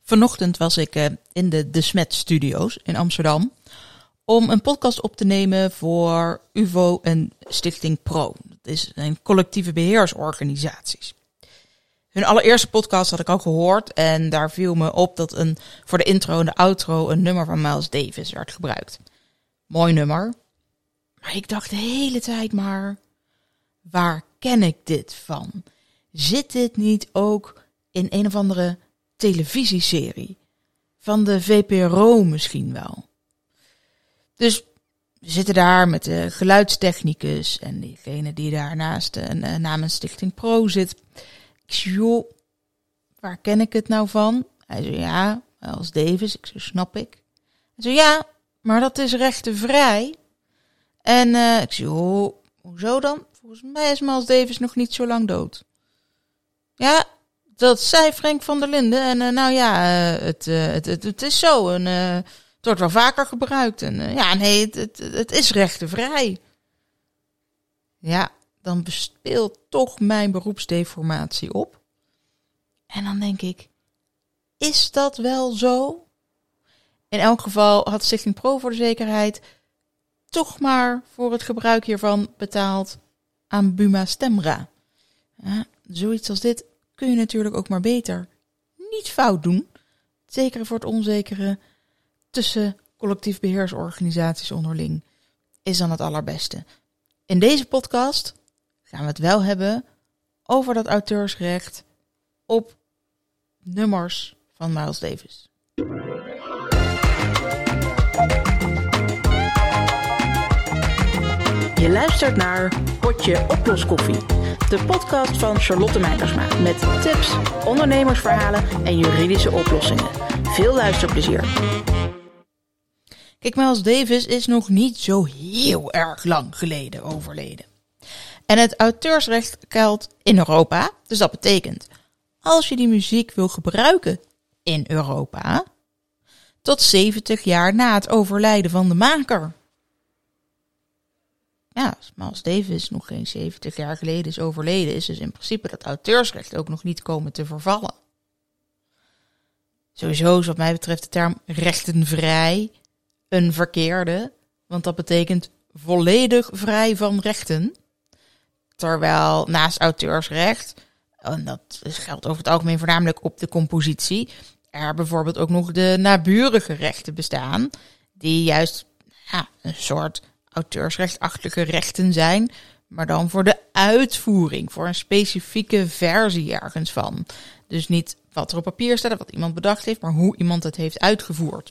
Vanochtend was ik in de Smet Studio's in Amsterdam om een podcast op te nemen voor UVO en Stichting Pro. Dat is een collectieve beheersorganisaties. Hun allereerste podcast had ik al gehoord en daar viel me op dat voor de intro en de outro een nummer van Miles Davis werd gebruikt. Mooi nummer. Maar ik dacht de hele tijd maar, waar ken ik dit van? Zit dit niet ook in een of andere televisieserie? Van de VPRO misschien wel. Dus we zitten daar met de geluidstechnicus en diegene die daarnaast namens Stichting Pro zit. Ik zei, joh, waar ken ik het nou van? Hij zei, ja, Miles Davis. Ik zei, snap ik. Hij zei, ja, maar dat is rechtenvrij. En ik zei, joh, hoezo dan? Volgens mij is Miles Davis nog niet zo lang dood. Ja, dat zei Frank van der Linden. En het is zo. En het wordt wel vaker gebruikt. En het is rechtenvrij. Ja, dan bespeelt toch mijn beroepsdeformatie op. En dan denk ik, is dat wel zo? In elk geval had Stichting Pro voor de zekerheid toch maar voor het gebruik hiervan betaald aan Buma Stemra. Ja, zoiets als dit kun je natuurlijk ook maar beter niet fout doen. Zeker voor het onzekere tussen collectief beheersorganisaties onderling is dan het allerbeste. In deze podcast gaan we het wel hebben over dat auteursrecht op nummers van Miles Davis. Je luistert naar Potje Oploskoffie, de podcast van Charlotte Meijersma met tips, ondernemersverhalen en juridische oplossingen. Veel luisterplezier. Kijk, Miles Davis is nog niet zo heel erg lang geleden overleden. En het auteursrecht geldt in Europa, dus dat betekent, als je die muziek wil gebruiken in Europa, tot 70 jaar na het overlijden van de maker. Ja, als Miles Davis nog geen 70 jaar geleden is overleden, is dus in principe dat auteursrecht ook nog niet komen te vervallen. Sowieso is wat mij betreft de term rechtenvrij een verkeerde, want dat betekent volledig vrij van rechten. Terwijl naast auteursrecht, en dat geldt over het algemeen voornamelijk op de compositie, er bijvoorbeeld ook nog de naburige rechten bestaan, die juist een soort auteursrechtachtige rechten zijn, maar dan voor de uitvoering, voor een specifieke versie ergens van. Dus niet wat er op papier staat, wat iemand bedacht heeft, maar hoe iemand het heeft uitgevoerd.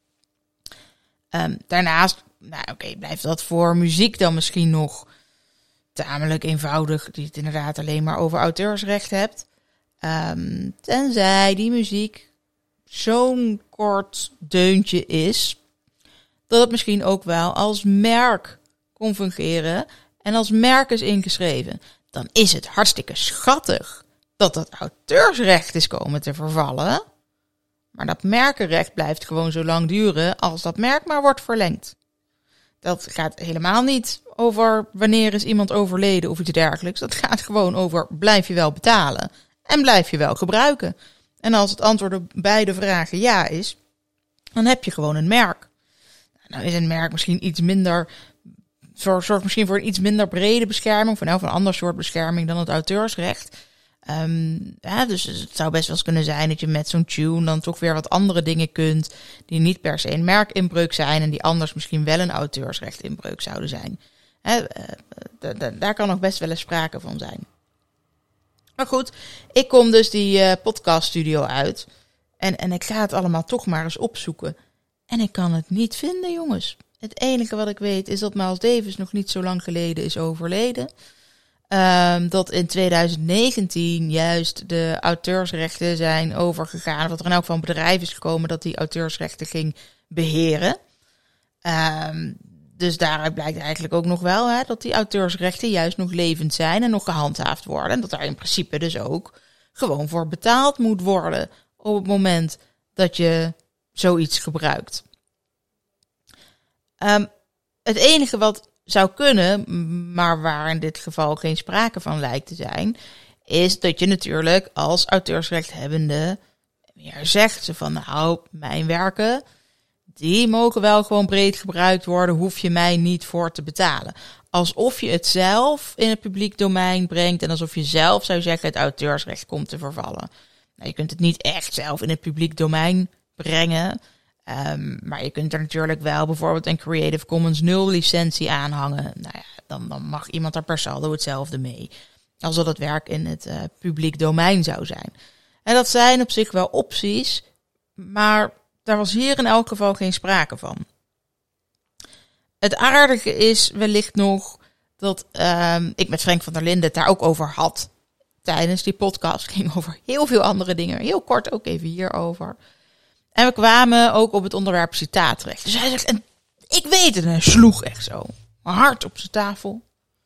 Daarnaast, blijft dat voor muziek dan misschien nog tamelijk eenvoudig, die het inderdaad alleen maar over auteursrecht hebt. Tenzij die muziek zo'n kort deuntje is, dat het misschien ook wel als merk kon fungeren en als merk is ingeschreven. Dan is het hartstikke schattig dat dat auteursrecht is komen te vervallen. Maar dat merkenrecht blijft gewoon zo lang duren als dat merk maar wordt verlengd. Dat gaat helemaal niet over wanneer is iemand overleden of iets dergelijks. Dat gaat gewoon over blijf je wel betalen en blijf je wel gebruiken. En als het antwoord op beide vragen ja is, dan heb je gewoon een merk. Nou is een merk misschien iets minder, zorgt misschien voor een iets minder brede bescherming, of een ander soort bescherming dan het auteursrecht. Dus het zou best wel eens kunnen zijn dat je met zo'n tune dan toch weer wat andere dingen kunt die niet per se een merkinbreuk zijn en die anders misschien wel een auteursrechtinbreuk zouden zijn. Daar kan nog best wel eens sprake van zijn. Maar goed, ik kom dus die podcaststudio uit en ik ga het allemaal toch maar eens opzoeken. En ik kan het niet vinden, jongens. Het enige wat ik weet is dat Miles Davis nog niet zo lang geleden is overleden. Dat in 2019 juist de auteursrechten zijn overgegaan. Dat er in elk geval een bedrijf is gekomen dat die auteursrechten ging beheren. Dus daaruit blijkt eigenlijk ook nog wel dat die auteursrechten juist nog levend zijn en nog gehandhaafd worden. En dat daar in principe dus ook gewoon voor betaald moet worden op het moment dat je zoiets gebruikt. Het enige wat zou kunnen, maar waar in dit geval geen sprake van lijkt te zijn, is dat je natuurlijk als auteursrechthebbende Meer zegt ze van, nou, mijn werken, die mogen wel gewoon breed gebruikt worden, hoef je mij niet voor te betalen. Alsof je het zelf in het publiek domein brengt en alsof je zelf zou zeggen het auteursrecht komt te vervallen. Nou, je kunt het niet echt zelf in het publiek domein brengen, maar je kunt er natuurlijk wel bijvoorbeeld een Creative Commons 0 licentie aanhangen. Nou ja, dan mag iemand er per saldo hetzelfde mee, als dat het werk in het publiek domein zou zijn. En dat zijn op zich wel opties, maar daar was hier in elk geval geen sprake van. Het aardige is wellicht nog dat ik met Frank van der Linden het daar ook over had tijdens die podcast. Het ging over heel veel andere dingen, heel kort ook even hierover. En we kwamen ook op het onderwerp citaatrecht. Dus hij zegt, en ik weet het, en hij sloeg echt zo hard op zijn tafel.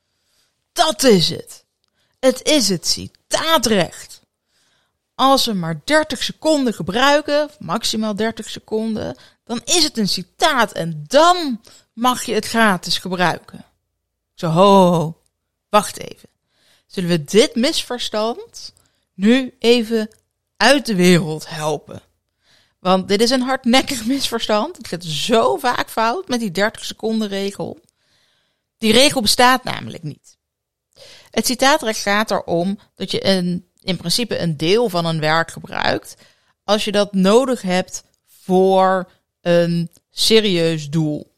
Dat is het. Het is het citaatrecht. Als we maar 30 seconden gebruiken, maximaal 30 seconden, dan is het een citaat en dan mag je het gratis gebruiken. Zo, ho, wacht even. Zullen we dit misverstand nu even uit de wereld helpen? Want dit is een hardnekkig misverstand. Het gaat zo vaak fout met die 30 seconden regel. Die regel bestaat namelijk niet. Het citaatrecht gaat erom dat je in principe een deel van een werk gebruikt als je dat nodig hebt voor een serieus doel.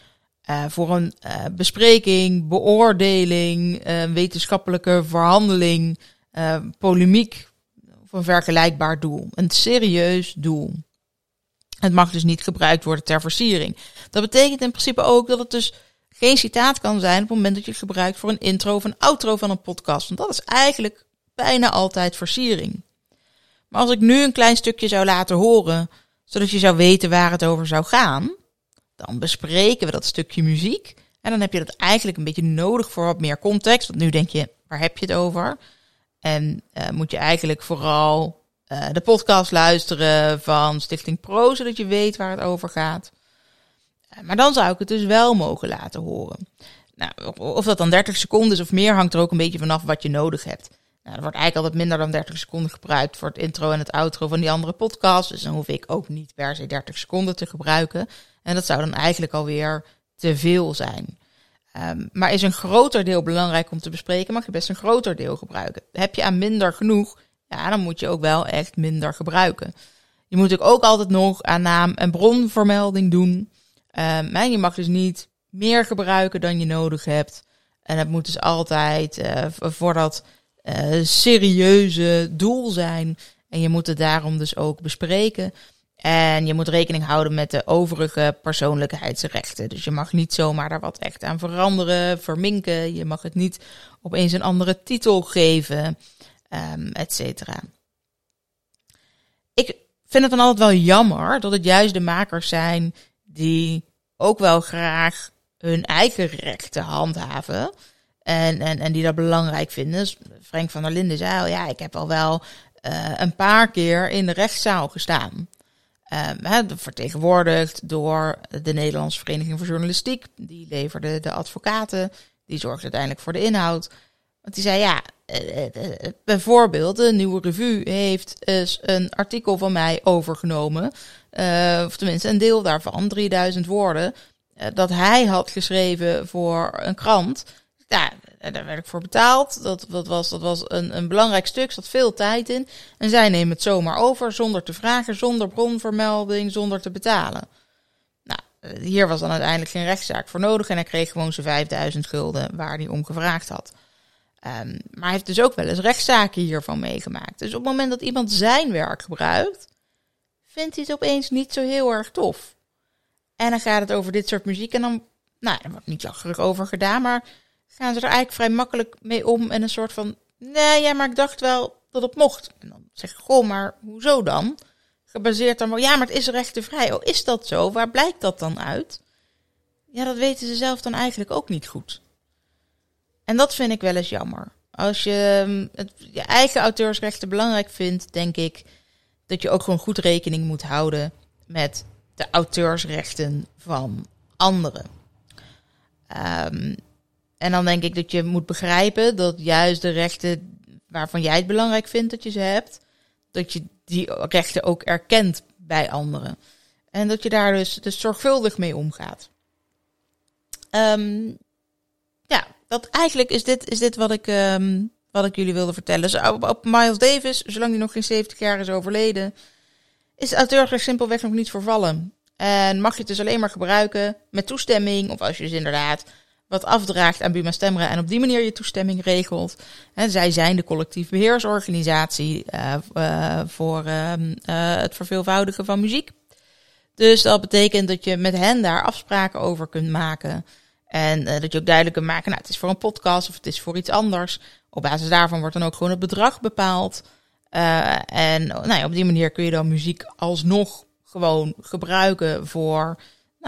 Voor een bespreking, beoordeling, wetenschappelijke verhandeling, polemiek of een vergelijkbaar doel. Een serieus doel. Het mag dus niet gebruikt worden ter versiering. Dat betekent in principe ook dat het dus geen citaat kan zijn op het moment dat je het gebruikt voor een intro of een outro van een podcast. Want dat is eigenlijk bijna altijd versiering. Maar als ik nu een klein stukje zou laten horen, zodat je zou weten waar het over zou gaan, dan bespreken we dat stukje muziek. En dan heb je dat eigenlijk een beetje nodig voor wat meer context. Want nu denk je, waar heb je het over? En moet je eigenlijk vooral de podcast luisteren van Stichting Pro, zodat je weet waar het over gaat. Maar dan zou ik het dus wel mogen laten horen. Nou, of dat dan 30 seconden is of meer, hangt er ook een beetje vanaf wat je nodig hebt. Nou, er wordt eigenlijk altijd minder dan 30 seconden gebruikt voor het intro en het outro van die andere podcast. Dus dan hoef ik ook niet per se 30 seconden te gebruiken. En dat zou dan eigenlijk alweer te veel zijn. Maar is een groter deel belangrijk om te bespreken, mag je best een groter deel gebruiken. Heb je aan minder genoeg, ja, dan moet je ook wel echt minder gebruiken. Je moet ook altijd nog aan naam- en bronvermelding doen. En je mag dus niet meer gebruiken dan je nodig hebt. En het moet dus altijd voor dat serieuze doel zijn. En je moet het daarom dus ook bespreken. En je moet rekening houden met de overige persoonlijkheidsrechten. Dus je mag niet zomaar daar wat echt aan veranderen, verminken. Je mag het niet opeens een andere titel geven, et cetera. Ik vind het dan altijd wel jammer dat het juist de makers zijn die ook wel graag hun eigen rechten handhaven. En die dat belangrijk vinden. Dus Frank van der Linden zei al, ja, ik heb al wel een paar keer in de rechtszaal gestaan. Vertegenwoordigd door de Nederlandse Vereniging voor Journalistiek. Die leverde de advocaten. Die zorgde uiteindelijk voor de inhoud. Want die zei, ja, bijvoorbeeld de Nieuwe Revue heeft eens een artikel van mij overgenomen. Of tenminste een deel daarvan, 3000 woorden. Dat hij had geschreven voor een krant. Ja, daar werd ik voor betaald. Dat was een belangrijk stuk, zat veel tijd in. En zij nemen het zomaar over, zonder te vragen, zonder bronvermelding, zonder te betalen. Nou, hier was dan uiteindelijk geen rechtszaak voor nodig. En hij kreeg gewoon zijn 5000 gulden waar hij om gevraagd had. Maar hij heeft dus ook wel eens rechtszaken hiervan meegemaakt. Dus op het moment dat iemand zijn werk gebruikt, vindt hij het opeens niet zo heel erg tof. En dan gaat het over dit soort muziek en dan, nou, er wordt niet lacherig over gedaan, maar gaan ze er eigenlijk vrij makkelijk mee om en een soort van, nee, ja, maar ik dacht wel dat het mocht. En dan zeg ik, goh, maar hoezo dan? Gebaseerd dan wel, ja, maar het is rechtenvrij. Oh, is dat zo? Waar blijkt dat dan uit? Ja, dat weten ze zelf dan eigenlijk ook niet goed. En dat vind ik wel eens jammer. Als je je eigen auteursrechten belangrijk vindt, denk ik dat je ook gewoon goed rekening moet houden met de auteursrechten van anderen. En dan denk ik dat je moet begrijpen dat juist de rechten waarvan jij het belangrijk vindt dat je ze hebt, dat je die rechten ook erkent bij anderen. En dat je daar dus zorgvuldig mee omgaat. Dat eigenlijk is dit wat ik jullie wilde vertellen. Dus op Miles Davis, zolang hij nog geen 70 jaar is overleden, is het auteursrecht simpelweg nog niet vervallen. En mag je het dus alleen maar gebruiken met toestemming, of als je dus inderdaad wat afdraagt aan Buma Stemra en op die manier je toestemming regelt. En zij zijn de collectief beheersorganisatie voor het verveelvoudigen van muziek. Dus dat betekent dat je met hen daar afspraken over kunt maken. En dat je ook duidelijk kunt maken, het is voor een podcast of het is voor iets anders. Op basis daarvan wordt dan ook gewoon het bedrag bepaald. Op die manier kun je dan muziek alsnog gewoon gebruiken voor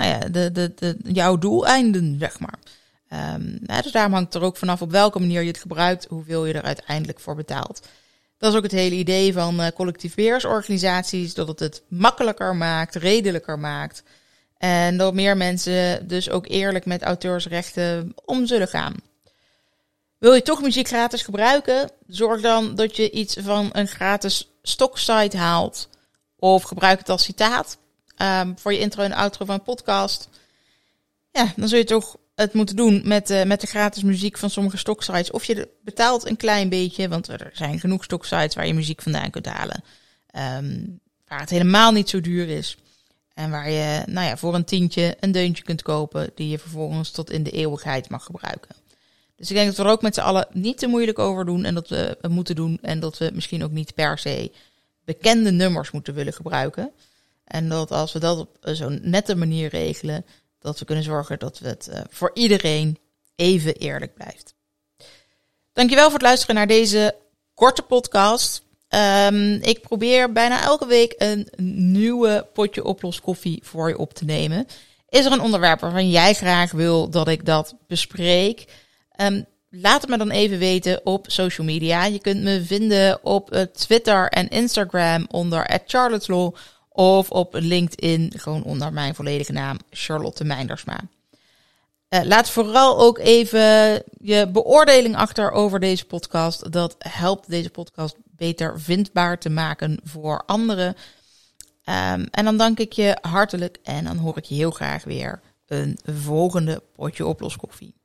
jouw doeleinden, zeg maar. Dus daarom hangt het er ook vanaf op welke manier je het gebruikt, hoeveel je er uiteindelijk voor betaalt. Dat is ook het hele idee van collectief beheersorganisaties, dat het makkelijker maakt, redelijker maakt. En dat meer mensen dus ook eerlijk met auteursrechten om zullen gaan. Wil je toch muziek gratis gebruiken? Zorg dan dat je iets van een gratis stocksite haalt. Of gebruik het als citaat voor je intro en outro van een podcast. Ja, dan zul je toch het moeten doen met de gratis muziek van sommige stocksites. Of je betaalt een klein beetje, want er zijn genoeg stocksites waar je muziek vandaan kunt halen. Waar het helemaal niet zo duur is. En waar je voor een tientje een deuntje kunt kopen die je vervolgens tot in de eeuwigheid mag gebruiken. Dus ik denk dat we er ook met z'n allen niet te moeilijk over doen en dat we het moeten doen. En dat we misschien ook niet per se bekende nummers moeten willen gebruiken. En dat als we dat op zo'n nette manier regelen, dat we kunnen zorgen dat we het voor iedereen even eerlijk blijft. Dankjewel voor het luisteren naar deze korte podcast. Ik probeer bijna elke week een nieuwe potje oploskoffie voor je op te nemen. Is er een onderwerp waarvan jij graag wil dat ik dat bespreek? Laat het me dan even weten op social media. Je kunt me vinden op Twitter en Instagram onder @charlotteslaw of op LinkedIn gewoon onder mijn volledige naam Charlotte Meindersma. Laat vooral ook even je beoordeling achter over deze podcast. Dat helpt deze podcast beter vindbaar te maken voor anderen. En dan dank ik je hartelijk en dan hoor ik je heel graag weer een volgende potje oploskoffie.